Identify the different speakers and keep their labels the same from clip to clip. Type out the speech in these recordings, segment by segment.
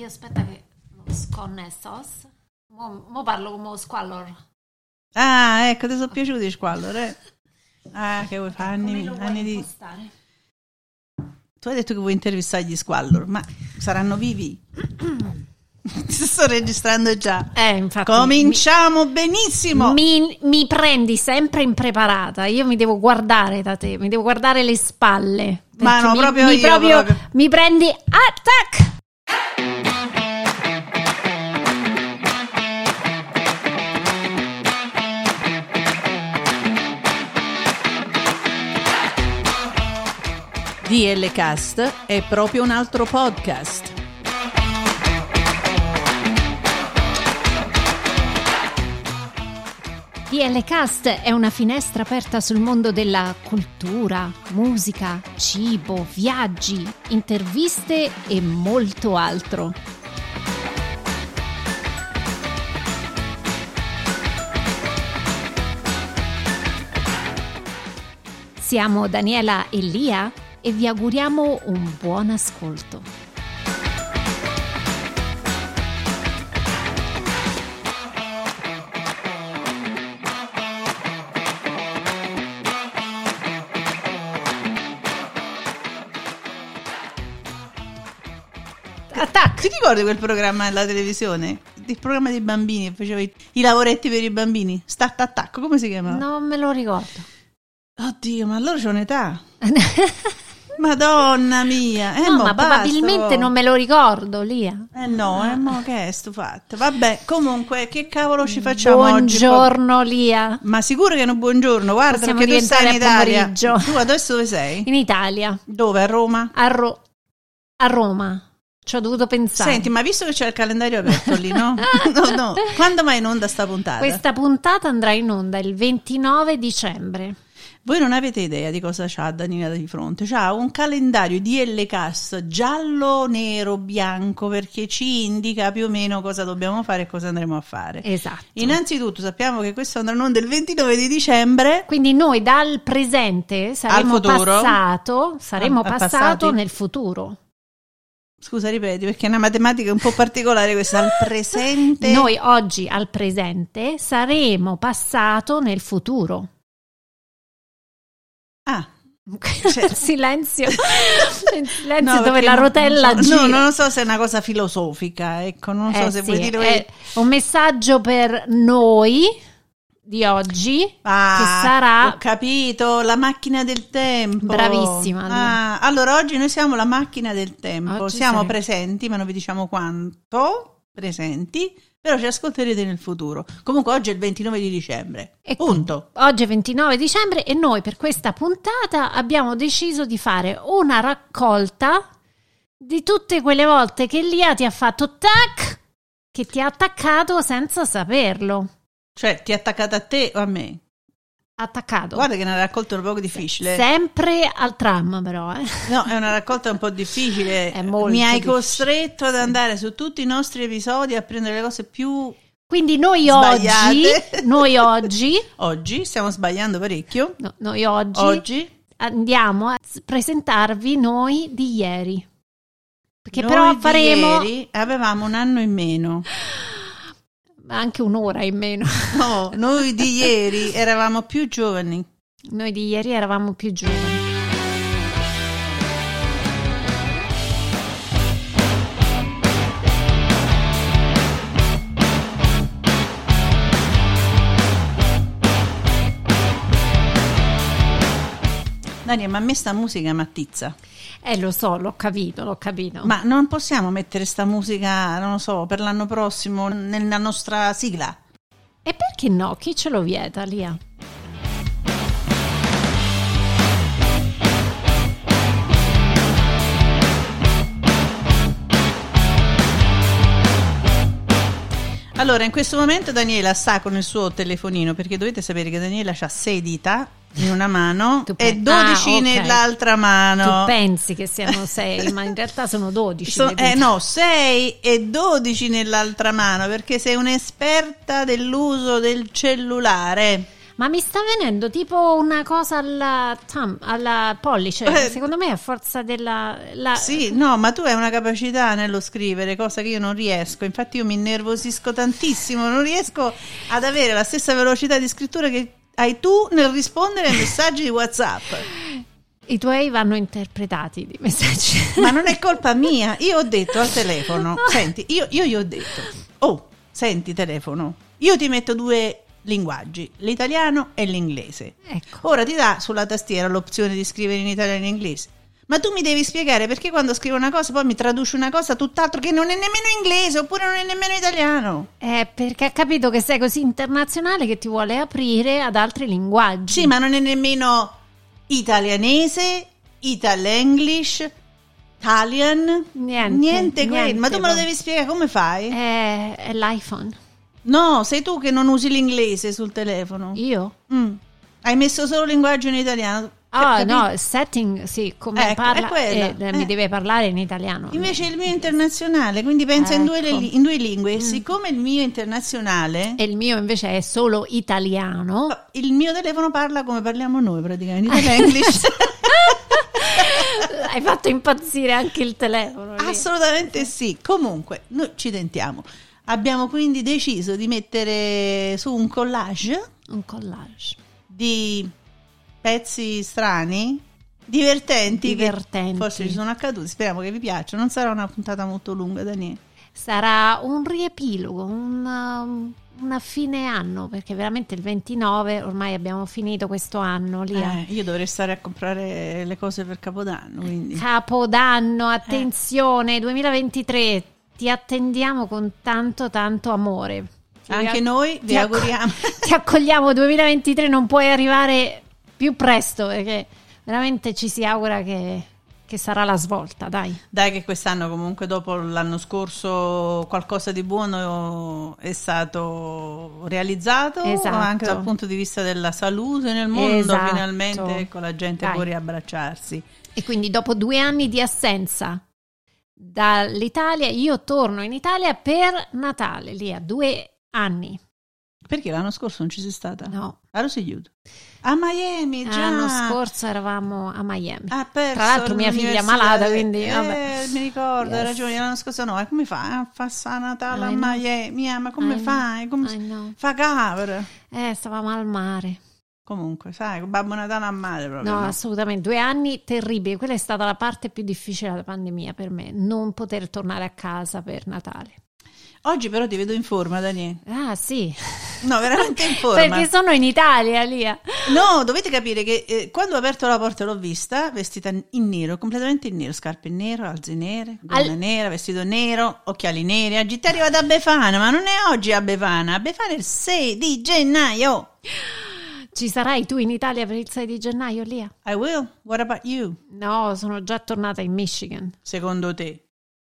Speaker 1: aspetta che lo sconnessos. Mo parlo come Squallor.
Speaker 2: Ah, ecco, ti sono piaciuti i Squallor, eh? Ah, che vuoi fare anni di... Tu hai detto che vuoi intervistare gli Squallor, ma saranno vivi? Sto registrando già.
Speaker 1: Infatti,
Speaker 2: cominciamo benissimo.
Speaker 1: Mi prendi sempre impreparata. Io mi devo guardare da te, mi devo guardare le spalle.
Speaker 2: Ma no, proprio
Speaker 1: mi prendi attack.
Speaker 2: DL Cast è proprio un altro podcast.
Speaker 1: DL Cast è una finestra aperta sul mondo della cultura, musica, cibo, viaggi, interviste e molto altro. Siamo Daniela e Lia e vi auguriamo un buon ascolto.
Speaker 2: Attack! Ti ricordi quel programma della televisione? Il programma dei bambini, faceva i lavoretti per i bambini? Start Attack, come si chiamava?
Speaker 1: Non me lo ricordo.
Speaker 2: Oddio, ma allora c'ho un'età. Madonna mia,
Speaker 1: no, ma probabilmente non me lo ricordo, Lia.
Speaker 2: Mo che è sto fatto? Vabbè, comunque, che cavolo ci facciamo oggi?
Speaker 1: Buongiorno, Lia.
Speaker 2: Ma sicuro che è un buongiorno, guarda,
Speaker 1: possiamo
Speaker 2: perché tu stai in Italia.
Speaker 1: Pomeriggio.
Speaker 2: Tu adesso dove sei?
Speaker 1: In Italia.
Speaker 2: Dove? A Roma?
Speaker 1: A Roma. Ci ho dovuto pensare.
Speaker 2: Senti, ma visto che c'è il calendario aperto lì, no? No. Quando vai in onda sta puntata?
Speaker 1: Questa puntata andrà in onda il 29 dicembre.
Speaker 2: Voi non avete idea di cosa c'ha Daniela di fronte. C'ha un calendario di DL-Cast giallo, nero, bianco, perché ci indica più o meno cosa dobbiamo fare e cosa andremo a fare.
Speaker 1: Esatto.
Speaker 2: Innanzitutto sappiamo che questo andrà in onda il 29 di dicembre.
Speaker 1: Quindi noi dal presente saremo passato nel futuro.
Speaker 2: Scusa, ripeti, perché è una matematica un po' particolare questa. Al presente.
Speaker 1: Noi oggi al presente saremo passato nel futuro.
Speaker 2: Ah,
Speaker 1: silenzio no, dove la rotella gira.
Speaker 2: No, non so se è una cosa filosofica, ecco, non so se vuoi dire.
Speaker 1: È un messaggio per noi di oggi che sarà.
Speaker 2: Ho capito, la macchina del tempo.
Speaker 1: Bravissima.
Speaker 2: Allora oggi noi siamo la macchina del tempo.
Speaker 1: Oggi
Speaker 2: siamo presenti, ma non vi diciamo quanto presenti. Però ci ascolterete nel futuro. Comunque oggi è il 29 di dicembre. Punto.
Speaker 1: Oggi è 29 dicembre e noi per questa puntata abbiamo deciso di fare una raccolta di tutte quelle volte che Lia ti ha fatto tac, che ti ha attaccato senza saperlo.
Speaker 2: Cioè ti ha attaccato a te o a me?
Speaker 1: Attaccato.
Speaker 2: Guarda che è una raccolta un po' difficile.
Speaker 1: Sempre al tram però.
Speaker 2: No, è una raccolta un po' difficile.
Speaker 1: È molto
Speaker 2: Mi hai
Speaker 1: difficile.
Speaker 2: Costretto ad andare su tutti i nostri episodi a prendere le cose più
Speaker 1: Quindi noi
Speaker 2: sbagliate.
Speaker 1: Oggi
Speaker 2: stiamo sbagliando parecchio.
Speaker 1: No, noi oggi andiamo a presentarvi noi di ieri. Perché
Speaker 2: noi
Speaker 1: però
Speaker 2: di
Speaker 1: faremo
Speaker 2: ieri avevamo un anno in meno.
Speaker 1: Anche un'ora in meno.
Speaker 2: No, noi di ieri eravamo più giovani.
Speaker 1: Noi di ieri eravamo più giovani.
Speaker 2: Daniel, ma a me sta musica m'attizza.
Speaker 1: Lo so, l'ho capito.
Speaker 2: Ma non possiamo mettere sta musica, non lo so, per l'anno prossimo nella nostra sigla?
Speaker 1: E perché no? Chi ce lo vieta, Lia?
Speaker 2: Allora, in questo momento Daniela sta con il suo telefonino, perché dovete sapere che Daniela ha 6 dita in una mano e 12 nell'altra mano.
Speaker 1: Tu pensi che siano 6, ma in realtà sono 12.
Speaker 2: No, 6 e 12 nell'altra mano, perché sei un'esperta dell'uso del cellulare.
Speaker 1: Ma mi sta venendo tipo una cosa alla pollice, secondo me a forza
Speaker 2: Sì, no, ma tu hai una capacità nello scrivere, cosa che io non riesco, infatti io mi innervosisco tantissimo, non riesco ad avere la stessa velocità di scrittura che hai tu nel rispondere ai messaggi di WhatsApp.
Speaker 1: I tuoi vanno interpretati di messaggi.
Speaker 2: Ma non è colpa mia, io ho detto al telefono, senti, io gli ho detto, oh, senti telefono, io ti metto 2 linguaggi, l'italiano e l'inglese.
Speaker 1: Ecco.
Speaker 2: Ora ti dà sulla tastiera l'opzione di scrivere in italiano e in inglese. Ma tu mi devi spiegare perché quando scrivo una cosa poi mi traduce una cosa tutt'altro che non è nemmeno inglese oppure non è nemmeno italiano.
Speaker 1: Perché ha capito che sei così internazionale che ti vuole aprire ad altri linguaggi.
Speaker 2: Sì, ma non è nemmeno italianese, Ital-English, Italian, niente quello. Ma tu me lo devi spiegare come fai?
Speaker 1: È l'iPhone.
Speaker 2: No, sei tu che non usi l'inglese sul telefono.
Speaker 1: Io?
Speaker 2: Hai messo solo linguaggio in italiano.
Speaker 1: No, setting, sì, come parla, mi deve parlare in italiano.
Speaker 2: Invece il mio è internazionale, quindi pensa in due lingue. Siccome il mio è internazionale
Speaker 1: e il mio invece è solo italiano,
Speaker 2: il mio telefono parla come parliamo noi praticamente, English.
Speaker 1: Hai fatto impazzire anche il telefono.
Speaker 2: Assolutamente sì. Comunque, noi ci tentiamo. Abbiamo quindi deciso di mettere su un collage di pezzi strani, divertenti. Forse ci sono accaduti, speriamo che vi piacciono. Non sarà una puntata molto lunga, Daniele.
Speaker 1: Sarà un riepilogo, una fine anno, perché veramente il 29 ormai abbiamo finito questo anno.
Speaker 2: Io dovrei stare a comprare le cose per Capodanno, quindi.
Speaker 1: Capodanno, attenzione, 2023, ti attendiamo con tanto amore.
Speaker 2: Anche noi vi auguriamo.
Speaker 1: Ti accogliamo 2023, non puoi arrivare più presto, perché veramente ci si augura che sarà la svolta, dai
Speaker 2: che quest'anno comunque dopo l'anno scorso qualcosa di buono è stato realizzato, anche dal punto di vista della salute nel mondo, finalmente ecco, la gente può riabbracciarsi.
Speaker 1: E quindi dopo 2 anni di assenza dall'Italia io torno in Italia per Natale, a 2 anni.
Speaker 2: Perché l'anno scorso non ci sei stata?
Speaker 1: No.
Speaker 2: A Rosigliuto. A Miami, già.
Speaker 1: L'anno scorso eravamo a Miami.
Speaker 2: Tra
Speaker 1: l'altro mia figlia è malata, quindi vabbè.
Speaker 2: Mi ricordo, hai ragione, l'anno scorso no. Come fai a fare Natale a Miami? Ma come fai? Fa cavolo.
Speaker 1: Stavamo al mare.
Speaker 2: Comunque, sai, Babbo Natale a mare proprio.
Speaker 1: No, assolutamente. 2 anni terribili. Quella è stata la parte più difficile della pandemia per me, non poter tornare a casa per Natale.
Speaker 2: Oggi però ti vedo in forma, Daniele.
Speaker 1: Ah, sì.
Speaker 2: No, veramente in forma.
Speaker 1: Perché sono in Italia, Lia.
Speaker 2: No, dovete capire che quando ho aperto la porta l'ho vista vestita in nero, completamente in nero, scarpe in nero, alze nere, gonna nera, vestito nero, occhiali neri. Oggi ti arriva da Befana, ma non è oggi a Befana è il 6 di gennaio.
Speaker 1: Ci sarai tu in Italia per il 6 di gennaio, Lia?
Speaker 2: I will. What about you?
Speaker 1: No, sono già tornata in Michigan.
Speaker 2: Secondo te?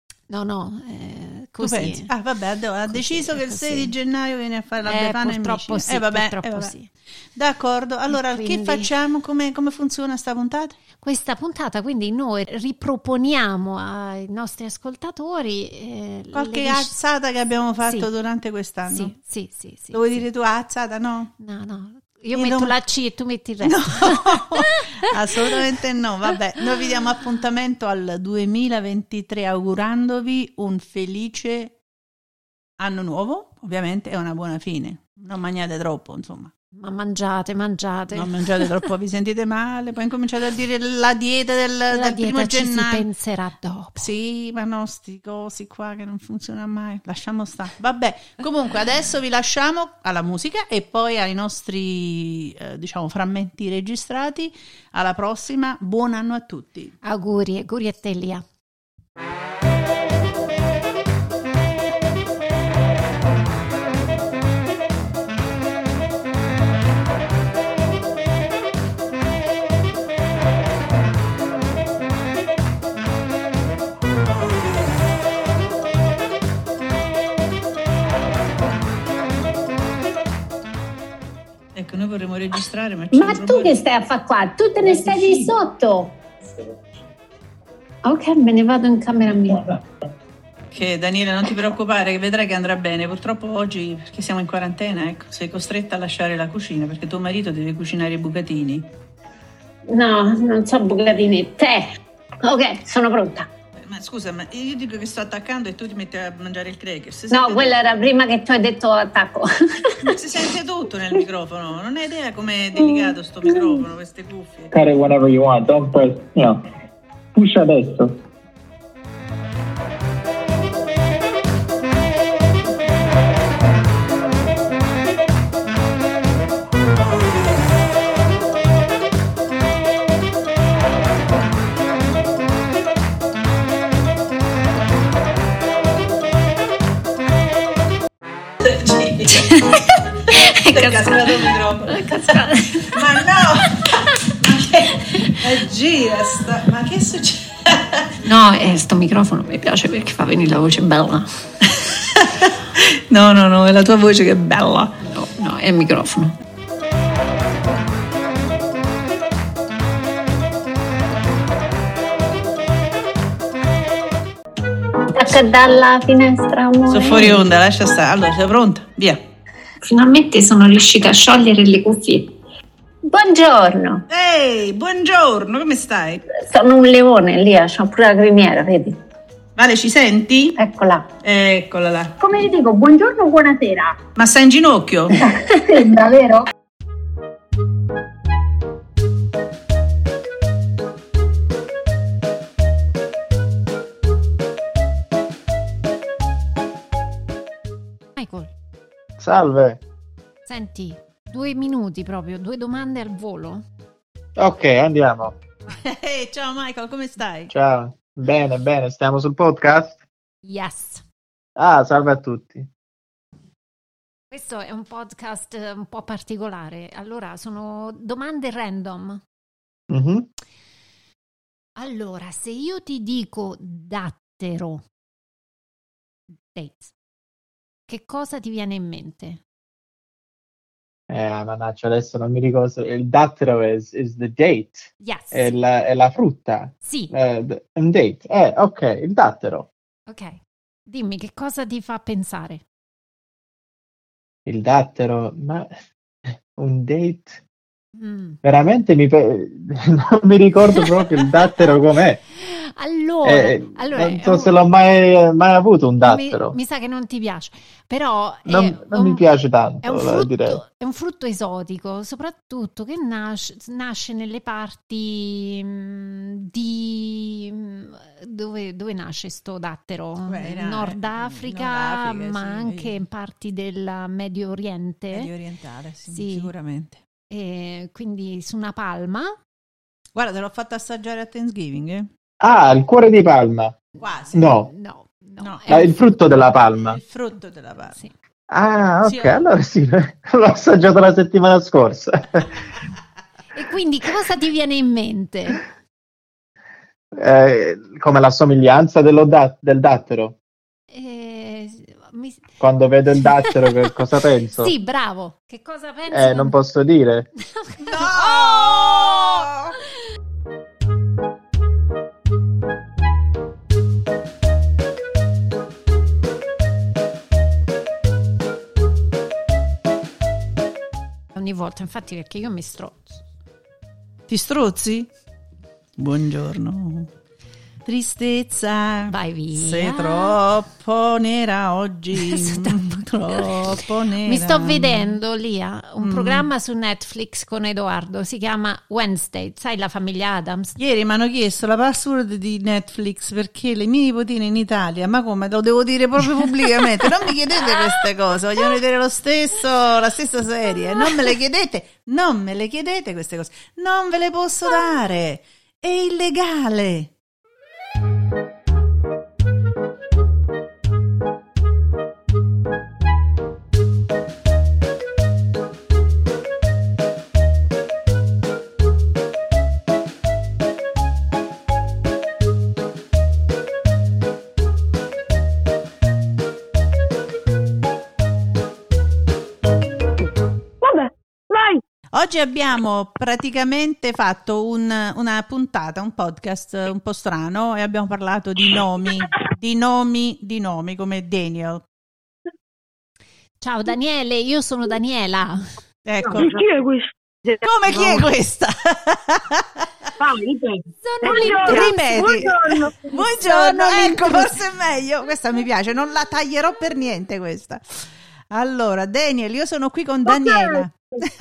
Speaker 1: No, così.
Speaker 2: Tu pensi? Vabbè, ha deciso che il 6 di gennaio viene a fare la Befana in Michigan.
Speaker 1: Sì, purtroppo sì.
Speaker 2: D'accordo, allora quindi, che facciamo? Come funziona sta puntata?
Speaker 1: Questa puntata quindi noi riproponiamo ai nostri ascoltatori
Speaker 2: qualche alzata che abbiamo fatto durante quest'anno.
Speaker 1: Sì.
Speaker 2: Lo vuoi dire tu alzata, no?
Speaker 1: No. Io metto la C e tu metti il resto.
Speaker 2: No, assolutamente no. Vabbè, noi vi diamo appuntamento al 2023 augurandovi un felice anno nuovo, ovviamente, e una buona fine. Non mangiate troppo, insomma.
Speaker 1: Ma mangiate. Non
Speaker 2: mangiate troppo, vi sentite male, poi incominciate a dire la dieta del primo gennaio.
Speaker 1: Ci si penserà dopo.
Speaker 2: Sì, ma no, sti cosi qua che non funziona mai. Lasciamo stare. Vabbè, comunque adesso vi lasciamo alla musica e poi ai nostri, frammenti registrati. Alla prossima, buon anno a tutti.
Speaker 1: Auguri a te, Lia.
Speaker 2: Ecco, noi vorremmo registrare, ma
Speaker 3: tu che stai a fare qua? Tu te ne stai di sotto. Ok, me ne vado in camera mia.
Speaker 2: Che Daniele, non ti preoccupare, che vedrai che andrà bene. Purtroppo oggi, perché siamo in quarantena, ecco, sei costretta a lasciare la cucina perché tuo marito deve cucinare i bucatini.
Speaker 3: No, non so bucatini. Te. Ok, sono pronta.
Speaker 2: Ma scusa, ma io dico che sto attaccando e tu ti metti a mangiare il cracker.
Speaker 3: No, quella era prima che tu hai detto attacco.
Speaker 2: Ma si sente tutto nel microfono. Non hai idea com'è delicato sto microfono, queste cuffie.
Speaker 4: Cut it whenever you want. Don't press, push adesso.
Speaker 2: È cascato il microfono. Ma no! Gira ma che succede?
Speaker 1: No, sto microfono mi piace perché fa venire la voce bella.
Speaker 2: No, è la tua voce che è bella.
Speaker 1: No, è il microfono.
Speaker 3: Attacca dalla finestra, amore.
Speaker 2: Sono fuori onda, lascia stare. Allora, sei pronta? Via.
Speaker 1: Finalmente sono riuscita a sciogliere le cuffiette.
Speaker 3: Buongiorno.
Speaker 2: Ehi, buongiorno, come stai?
Speaker 3: Sono un leone, lì, c'ho pure la criniera, vedi?
Speaker 2: Vale, ci senti?
Speaker 3: Eccola.
Speaker 2: Eccola là.
Speaker 3: Come gli dico, buongiorno, buonasera.
Speaker 2: Ma stai in ginocchio?
Speaker 3: Sembra, vero?
Speaker 1: Michael,
Speaker 4: Salve.
Speaker 1: senti, 2 minuti proprio, 2 domande al volo.
Speaker 4: Ok, andiamo.
Speaker 2: Ciao Michael, come stai?
Speaker 4: Ciao. Bene, stiamo sul podcast?
Speaker 1: Yes.
Speaker 4: Ah, salve a tutti.
Speaker 1: Questo è un podcast un po' particolare. Allora, sono domande random.
Speaker 4: Mhm.
Speaker 1: Allora, se io ti dico dattero, dates, che cosa ti viene in mente?
Speaker 4: Mannaggia, adesso non mi ricordo. Il dattero is the date.
Speaker 1: Yes.
Speaker 4: È la frutta.
Speaker 1: Sì,
Speaker 4: Un date. Ok, il dattero.
Speaker 1: ok. Dimmi, che cosa ti fa pensare?
Speaker 4: Il dattero, ma un date?
Speaker 1: Mm.
Speaker 4: Veramente non mi ricordo proprio il dattero com'è.
Speaker 1: Allora
Speaker 4: Non so se l'ho mai avuto un dattero.
Speaker 1: mi sa che non ti piace, però
Speaker 4: Non mi piace tanto, direi.
Speaker 1: è un frutto esotico, soprattutto che nasce nelle parti dove nasce sto dattero? Nord Africa, ma
Speaker 2: sì,
Speaker 1: anche in parti del Medio Oriente.
Speaker 2: Medio orientale, sì,
Speaker 1: Sì.
Speaker 2: sicuramente.
Speaker 1: E quindi su una palma.
Speaker 2: Guarda, te l'ho fatto assaggiare a Thanksgiving, eh?
Speaker 4: Ah, il cuore di palma.
Speaker 2: Quasi.
Speaker 4: No,
Speaker 1: No,
Speaker 2: No,
Speaker 4: il frutto della palma.
Speaker 2: Il frutto della palma.
Speaker 1: Sì.
Speaker 4: Ah, ok,
Speaker 2: Sì,
Speaker 4: allora sì, l'ho assaggiato la settimana scorsa.
Speaker 1: E quindi cosa ti viene in mente?
Speaker 4: Come la somiglianza del dattero. Quando vedo il dattero, che cosa penso?
Speaker 1: Sì, bravo. Che cosa pensi?
Speaker 4: Non posso dire.
Speaker 2: No!
Speaker 1: Ogni volta, infatti, perché io mi strozzo.
Speaker 2: Ti strozzi? Buongiorno. Tristezza.
Speaker 1: Vai via.
Speaker 2: Sei troppo nera oggi.
Speaker 1: Sei
Speaker 2: troppo nera.
Speaker 1: Mi sto vedendo, Lia, un programma su Netflix con Edoardo, si chiama Wednesday, sai, la famiglia Addams.
Speaker 2: Ieri mi hanno chiesto la password di Netflix perché le mie nipotine in Italia, ma come, lo devo dire proprio pubblicamente, non mi chiedete queste cose, vogliono vedere la stessa serie, non me le chiedete queste cose, non ve le posso dare, è illegale. Oggi abbiamo praticamente fatto una puntata, un podcast un po' strano e abbiamo parlato di nomi. di nomi come Daniel.
Speaker 1: Ciao Daniele, io sono Daniela.
Speaker 2: Ecco.
Speaker 5: Chi è questo?
Speaker 2: Come chi è questa?
Speaker 1: Sono
Speaker 2: Ripeti. Buongiorno,
Speaker 1: Sono
Speaker 2: ecco, forse è meglio. Questa mi piace, non la taglierò per niente questa. Allora, Daniel, io sono qui con Daniela.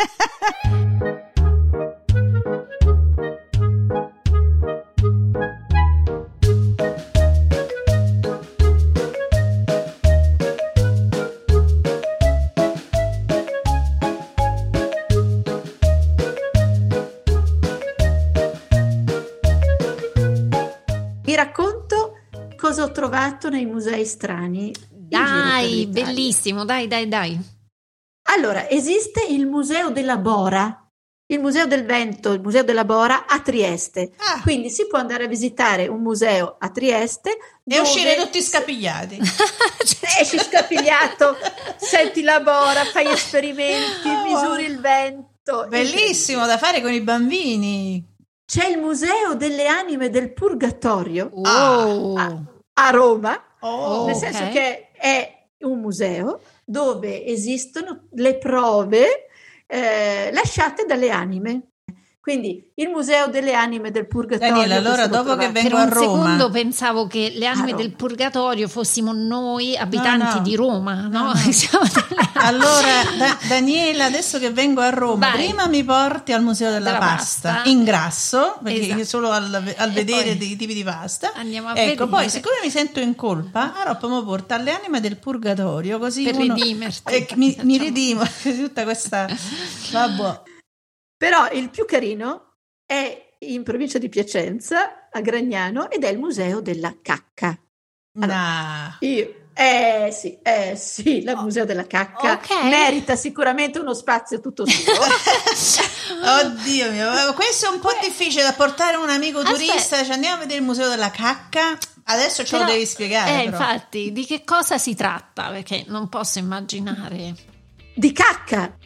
Speaker 6: Vi racconto cosa ho trovato nei musei strani.
Speaker 1: Dai, bellissimo, dai.
Speaker 6: Allora, esiste il Museo della Bora, il Museo del Vento, il Museo della Bora a Trieste. Quindi si può andare a visitare un museo a Trieste
Speaker 2: E uscire tutti scapigliati.
Speaker 6: Esci scapigliato, senti la Bora, fai esperimenti, misuri il vento.
Speaker 2: Bellissimo da fare con i bambini.
Speaker 6: C'è il Museo delle Anime del Purgatorio a Roma, nel senso che è un museo dove esistono le prove lasciate dalle anime. Quindi il Museo delle Anime del Purgatorio.
Speaker 2: Daniela, allora dopo che vengo
Speaker 1: per
Speaker 2: a
Speaker 1: un
Speaker 2: Roma,
Speaker 1: secondo pensavo che le anime del Purgatorio fossimo noi abitanti di Roma, no?
Speaker 2: Allora Daniela, adesso che vengo a Roma, prima mi porti al Museo della Pasta in grasso, perché solo al vedere dei tipi di pasta.
Speaker 1: Andiamo a
Speaker 2: vedere. Poi siccome mi sento in colpa, allora poi mi porta alle anime del Purgatorio, così
Speaker 1: per redimerti.
Speaker 2: Mi redimo tutta questa vabbè.
Speaker 6: Però il più carino è in provincia di Piacenza, a Gragnano, ed è il Museo della Cacca. Allora, sì, il Museo della Cacca merita sicuramente uno spazio tutto suo.
Speaker 2: Oddio mio, questo è un po' difficile da portare un amico turista, cioè andiamo a vedere il Museo della Cacca. Adesso ce lo devi spiegare. Però.
Speaker 1: Infatti, di che cosa si tratta? Perché non posso immaginare.
Speaker 6: Di cacca.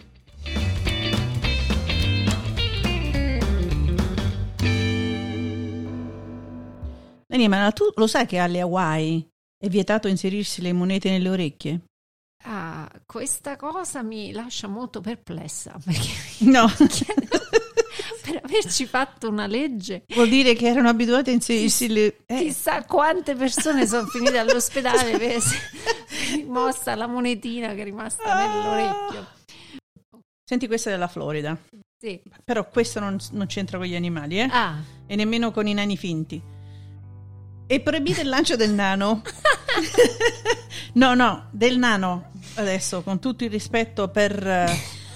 Speaker 2: Ma tu lo sai che alle Hawaii è vietato inserirsi le monete nelle orecchie?
Speaker 1: Questa cosa mi lascia molto perplessa, perché
Speaker 2: no.
Speaker 1: Per averci fatto una legge
Speaker 2: vuol dire che erano abituati a inserirsi le...
Speaker 1: Chissà quante persone sono finite all'ospedale per mossa la monetina che è rimasta nell'orecchio.
Speaker 2: Senti, questa è della Florida.
Speaker 1: Sì.
Speaker 2: Però questo non c'entra con gli animali, e nemmeno con i nani finti. È proibito il lancio del nano. No, del nano. Adesso, con tutto il rispetto per...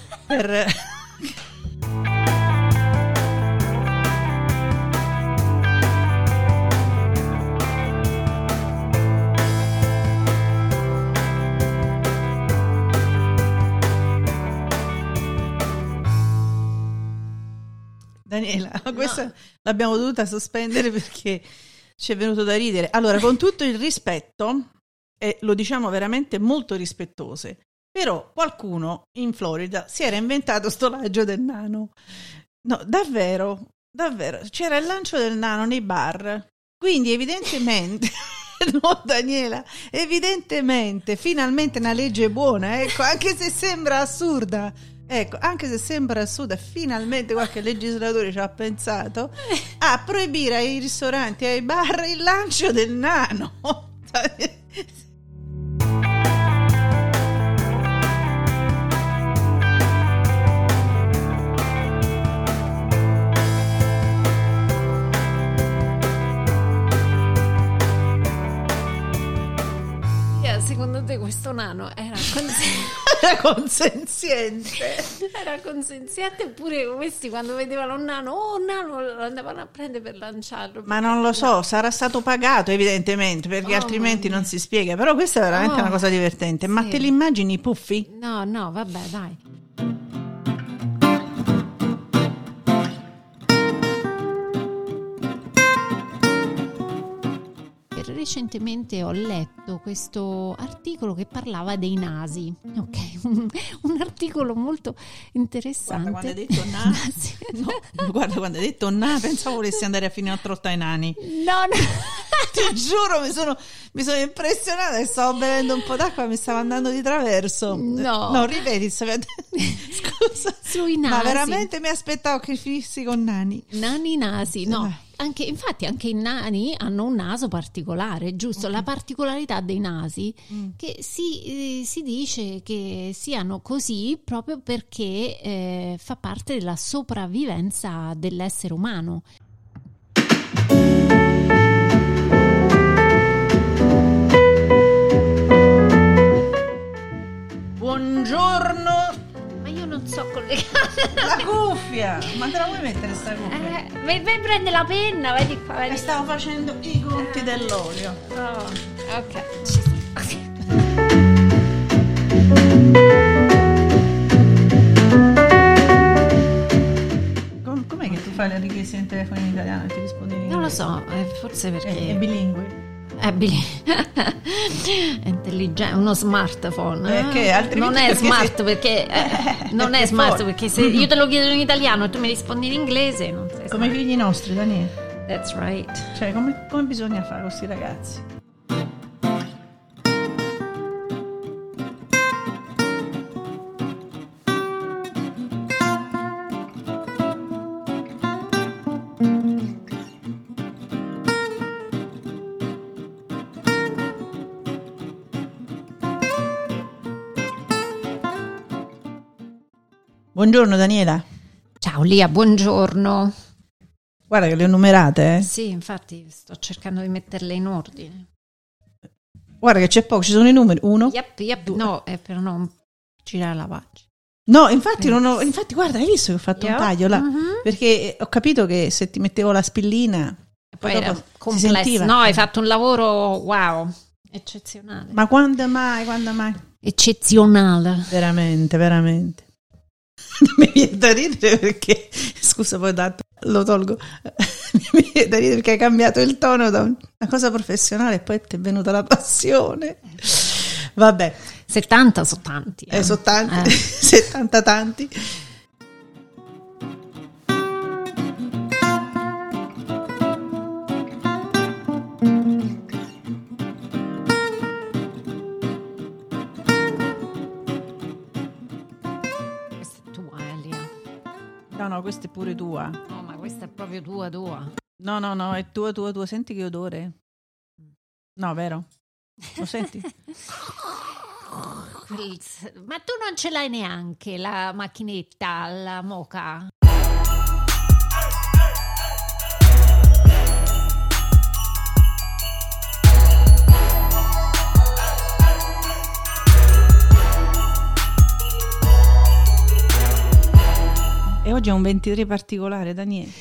Speaker 2: Daniela, questa l'abbiamo dovuta sospendere perché ci è venuto da ridere. Allora, con tutto il rispetto, e lo diciamo veramente molto rispettose, però qualcuno in Florida si era inventato sto lancio del nano. No, davvero, c'era il lancio del nano nei bar. Quindi evidentemente, no Daniela, evidentemente, finalmente una legge buona, ecco, anche se sembra assurda. Ecco, anche se sembra assurda, finalmente qualche legislatore ci ha pensato a proibire ai ristoranti e ai bar il lancio del nano.
Speaker 1: Secondo te questo nano era
Speaker 2: consenziente?
Speaker 1: Era consenziente, oppure questi quando vedevano un nano, lo andavano a prendere per lanciarlo?
Speaker 2: Ma non lo so, sarà stato pagato evidentemente, perché altrimenti non si spiega. Però questa è veramente una cosa divertente. Sì. Ma te li immagini Puffi?
Speaker 1: No, vabbè, dai. Recentemente ho letto questo articolo che parlava dei nasi, un articolo molto interessante.
Speaker 2: Guarda, quando hai detto guarda, quando hai detto pensavo volessi andare a fine a trotta ai nani.
Speaker 1: No,
Speaker 2: Ti giuro, mi sono impressionata e stavo bevendo un po' d'acqua e mi stava andando di traverso. No, ripeti. Scusa.
Speaker 1: Sui nasi.
Speaker 2: Ma veramente mi aspettavo che finissi con nani.
Speaker 1: Nani nasi, no. Infatti anche i nani hanno un naso particolare, giusto? La particolarità dei nasi che si dice che siano così proprio perché fa parte della sopravvivenza dell'essere umano.
Speaker 2: Buongiorno.
Speaker 1: Ma io non so collegare
Speaker 2: la cuffia. Ma te la vuoi mettere sta cuffia?
Speaker 1: Vai prende la penna, vai di qua. Vai di
Speaker 2: stavo facendo i conti dell'olio.
Speaker 1: Oh, ok.
Speaker 2: Com'è che tu fai le richieste in telefono in italiano e ti rispondi in inglese?
Speaker 1: Non lo so, forse perché
Speaker 2: è bilingue.
Speaker 1: È intelligente, uno smartphone.
Speaker 2: Non
Speaker 1: è smart perché non è smart perché se io te lo chiedo in italiano e tu mi rispondi in inglese, non sei
Speaker 2: come i figli nostri, Daniele.
Speaker 1: That's right.
Speaker 2: Cioè, come bisogna fare con questi ragazzi? Buongiorno Daniela.
Speaker 1: Ciao Lia, buongiorno.
Speaker 2: Guarda che le ho numerate, eh?
Speaker 1: Sì, infatti sto cercando di metterle in ordine.
Speaker 2: Guarda che c'è poco, ci sono i numeri. 1.
Speaker 1: Yep. No, per non girare la pagina.
Speaker 2: No, infatti infatti guarda, hai visto che ho fatto un taglio là? Perché ho capito che se ti mettevo la spillina
Speaker 1: poi era complesso. No, hai fatto un lavoro wow, eccezionale.
Speaker 2: Ma quando mai?
Speaker 1: Eccezionale.
Speaker 2: Veramente. Mi viene da ridere perché, scusa, poi lo tolgo. Mi viene da ridere perché hai cambiato il tono da una cosa professionale e poi ti è venuta la passione. Vabbè.
Speaker 1: 70 sono tanti.
Speaker 2: Sono tanti. 70 tanti. No, questa è pure tua.
Speaker 1: No, ma questa è proprio tua.
Speaker 2: No, è tua. Senti che odore? No, vero? Lo senti?
Speaker 1: Ma tu non ce l'hai neanche la macchinetta, la moka?
Speaker 2: E oggi è un 23 particolare, Daniele.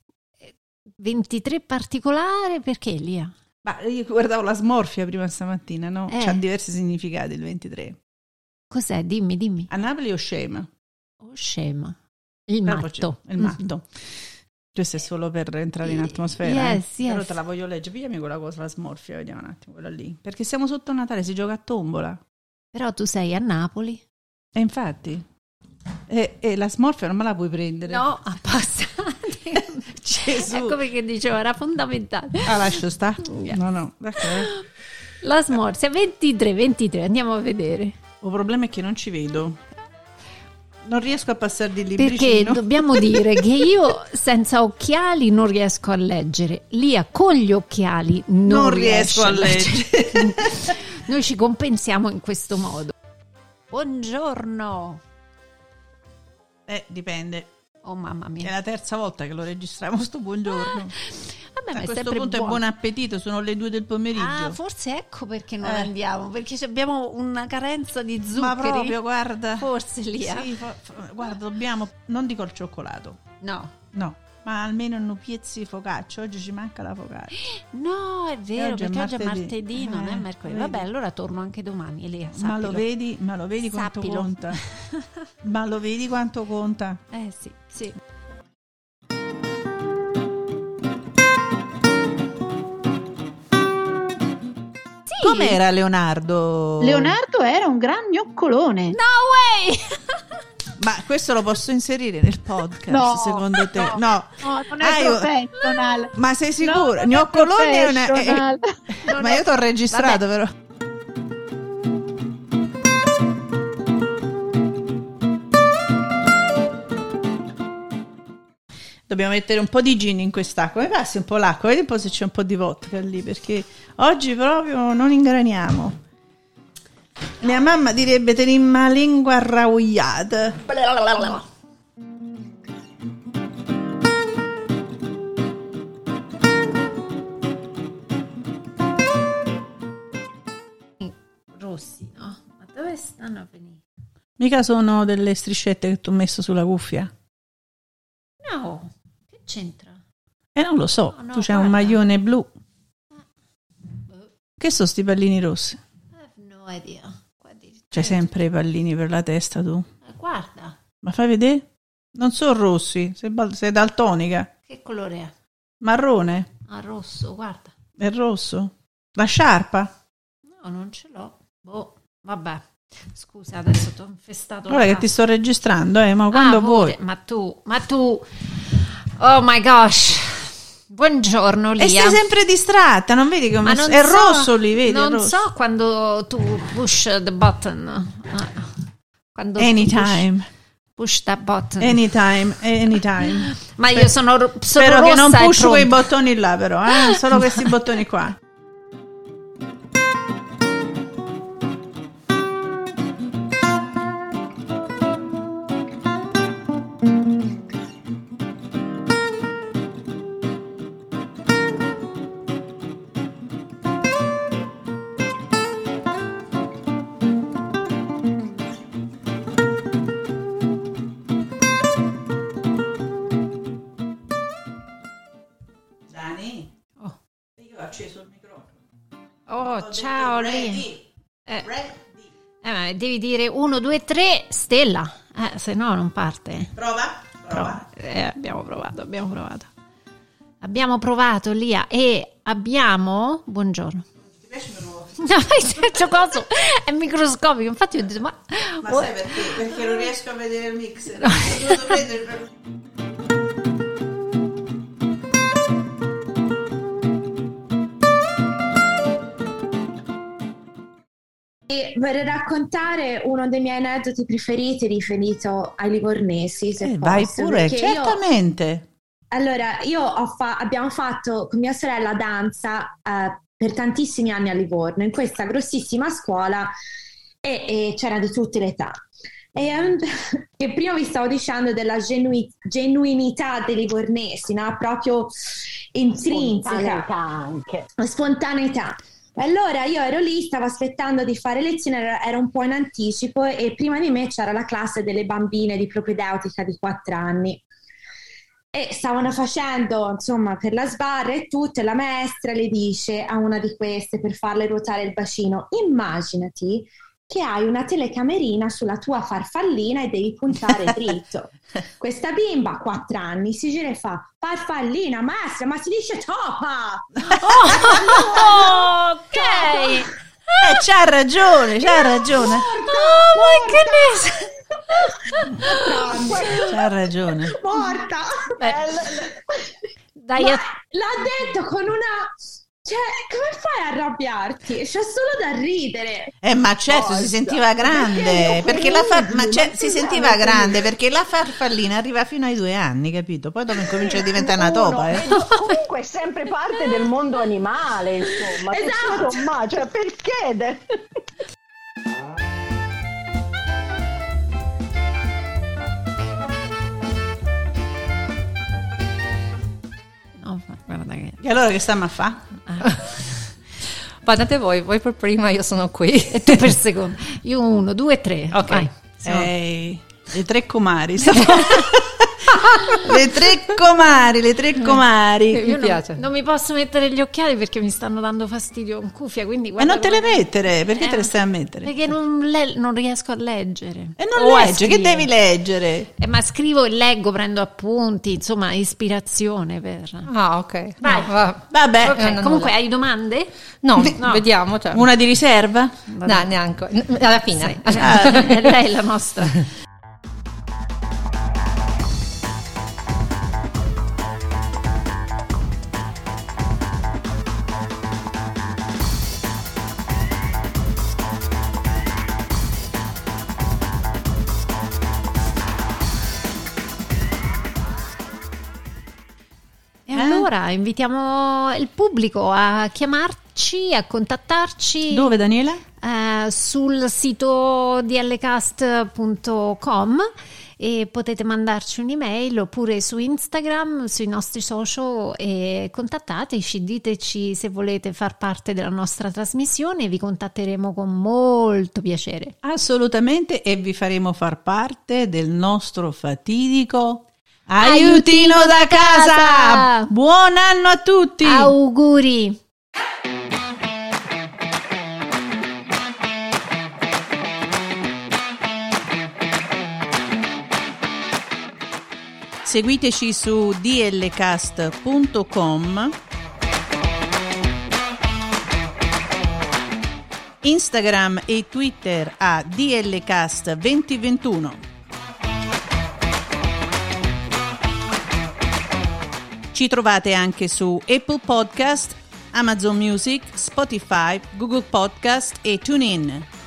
Speaker 1: 23 particolare perché, Lia?
Speaker 2: Ma io guardavo la smorfia prima stamattina, no? C'ha diversi significati il 23.
Speaker 1: Cos'è? Dimmi.
Speaker 2: A Napoli o scema?
Speaker 1: Scema. Il matto.
Speaker 2: Il matto. Questo è solo per entrare in atmosfera.
Speaker 1: Yes.
Speaker 2: Però te la voglio leggere. Pigliami quella cosa, la smorfia, vediamo un attimo quella lì. Perché siamo sotto Natale, si gioca a tombola.
Speaker 1: Però tu sei a Napoli.
Speaker 2: E infatti... E la smorfia non me la puoi prendere.
Speaker 1: No, appassate.
Speaker 2: Gesù.
Speaker 1: Ecco perché dicevo, era fondamentale.
Speaker 2: Lascio sta.
Speaker 1: Yes.
Speaker 2: No.
Speaker 1: La smorfia 23, andiamo a vedere.
Speaker 2: Il problema è che non ci vedo. Non riesco a passare di libricino.
Speaker 1: Perché dobbiamo dire che io senza occhiali non riesco a leggere. Lia con gli occhiali non riesco a leggere. Noi ci compensiamo in questo modo. Buongiorno.
Speaker 2: Dipende.
Speaker 1: Oh mamma mia.
Speaker 2: È la terza volta che lo registriamo sto buongiorno.
Speaker 1: Vabbè,
Speaker 2: a questo punto è buon appetito, sono le 2 del pomeriggio.
Speaker 1: Forse ecco perché non andiamo, perché abbiamo una carenza di zuccheri.
Speaker 2: Ma proprio, guarda.
Speaker 1: Forse lì.
Speaker 2: Sì, guarda, dobbiamo, non dico il cioccolato.
Speaker 1: No.
Speaker 2: Ma almeno un piezzi focaccia. Oggi ci manca la focaccia.
Speaker 1: No, è vero, perché oggi è martedì, non è mercoledì. Vabbè, allora torno anche domani, Elia.
Speaker 2: Ma lo vedi quanto conta? Ma lo vedi quanto conta?
Speaker 1: Sì.
Speaker 2: Com'era Leonardo?
Speaker 6: Leonardo era un gran gnoccolone.
Speaker 1: No way!
Speaker 2: Ma questo lo posso inserire nel podcast, secondo te? No,
Speaker 6: non è professional.
Speaker 2: Ma sei sicura? Gnoccoloni è una... Ma io t'ho registrato, però. Dobbiamo mettere un po' di gin in quest'acqua. Mi passi un po' l'acqua, vedi un po' se c'è un po' di vodka lì, perché oggi proprio non ingraniamo. Mia mamma direbbe tenim la lingua arraugliata.
Speaker 1: Rossi, no? Ma dove stanno a venire?
Speaker 2: Mica sono delle striscette che ti ho messo sulla cuffia?
Speaker 1: No, che c'entra?
Speaker 2: Non lo so,
Speaker 1: no,
Speaker 2: tu c'hai
Speaker 1: guarda.
Speaker 2: un maglione blu. Che sono sti pallini rossi?
Speaker 1: No idea.
Speaker 2: C'hai sempre i pallini per la testa tu.
Speaker 1: Guarda.
Speaker 2: Ma fai vedere? Non sono rossi, sei daltonica.
Speaker 1: Che colore è?
Speaker 2: Marrone?
Speaker 1: Ah, rosso, guarda.
Speaker 2: È rosso? La sciarpa?
Speaker 1: No, non ce l'ho. Boh, vabbè. Scusa, adesso ti ho infestato.
Speaker 2: Guarda che ti sto registrando, ma quando vuoi.
Speaker 1: Ma tu. Oh my gosh. Buongiorno Lia.
Speaker 2: E sei sempre distratta, non vedi come è rosso lì, vedi?
Speaker 1: Non so quando tu push the button. Quando
Speaker 2: Anytime.
Speaker 1: Push that button.
Speaker 2: Anytime.
Speaker 1: Ma io sono
Speaker 2: spero
Speaker 1: rossa
Speaker 2: che non push
Speaker 1: e
Speaker 2: quei bottoni là, però, solo questi bottoni qua.
Speaker 1: Ciao Lì. Ma devi dire 1, 2, 3 stella, se no non parte.
Speaker 2: Prova.
Speaker 1: Abbiamo provato Lia e abbiamo buongiorno.
Speaker 2: Ti piace il nuovo?
Speaker 1: No, coso è microscopico, infatti ho detto ma
Speaker 2: sai perché? Perché non riesco a vedere il mixer. Ho dovuto prendere
Speaker 5: vorrei raccontare uno dei miei aneddoti preferiti riferito ai livornesi, se
Speaker 2: vai
Speaker 5: posso,
Speaker 2: pure, certamente.
Speaker 5: Abbiamo fatto con mia sorella danza per tantissimi anni a Livorno, in questa grossissima scuola e c'era di tutte le età. E prima vi stavo dicendo della genuinità dei livornesi, no? Proprio intrinseca, spontaneità. Allora io ero lì, stavo aspettando di fare lezione, ero un po' in anticipo e prima di me c'era la classe delle bambine di propedeutica di 4 anni e stavano facendo insomma per la sbarra e tutto, e la maestra le dice a una di queste per farle ruotare il bacino: immaginati che hai una telecamerina sulla tua farfallina e devi puntare dritto. Questa bimba, 4 anni, si gira e fa: farfallina, maestra, ma si dice topa!
Speaker 1: Ok!
Speaker 2: C'ha ragione.
Speaker 1: Oh my goodness!
Speaker 2: C'ha ragione.
Speaker 5: Morta!
Speaker 1: Dai,
Speaker 5: l'ha detto con una... Cioè, come fai a arrabbiarti? C'è solo da ridere.
Speaker 2: Ma certo, si sentiva grande, perché si sentiva grande perché la farfallina arriva fino ai 2 anni, capito? Poi dopo comincia a diventare una topa.
Speaker 7: Comunque è sempre parte del mondo animale, insomma.
Speaker 5: Esatto.
Speaker 7: Insomma, cioè, perché?
Speaker 1: no, guarda che...
Speaker 2: E allora che stiamo a fare?
Speaker 8: Andate voi per prima, io sono qui.
Speaker 1: E tu per secondo. Io 1, 2, 3.
Speaker 8: Ok.
Speaker 1: Vai.
Speaker 2: Le 3 comari. Le tre comari.
Speaker 8: Mi piace.
Speaker 1: Non mi posso mettere gli occhiali perché mi stanno dando fastidio in cuffia, quindi
Speaker 2: E
Speaker 1: guarda
Speaker 2: non te le mettere, perché te le stai a mettere?
Speaker 1: Perché non riesco a leggere.
Speaker 2: E non leggi, che devi leggere?
Speaker 1: Ma scrivo e leggo, prendo appunti, insomma, ispirazione per...
Speaker 8: Ah, ok.
Speaker 1: Vai.
Speaker 8: No,
Speaker 2: Vabbè.
Speaker 1: Ok, comunque hai domande?
Speaker 8: no, vediamo. Cioè.
Speaker 2: Una di riserva?
Speaker 8: No, neanche. Alla fine.
Speaker 1: È lei la nostra. E allora invitiamo il pubblico a chiamarci, a contattarci.
Speaker 2: Dove, Daniela?
Speaker 1: Sul sito dlcast.com, e potete mandarci un'email oppure su Instagram, sui nostri social, e contattateci, diteci se volete far parte della nostra trasmissione, vi contatteremo con molto piacere.
Speaker 2: Assolutamente, e vi faremo far parte del nostro fatidico aiutino da casa. Buon anno a tutti!
Speaker 1: Auguri!
Speaker 2: Seguiteci su dlcast.com, Instagram e Twitter a dlcast2021. Ci trovate anche su Apple Podcast, Amazon Music, Spotify, Google Podcast e TuneIn.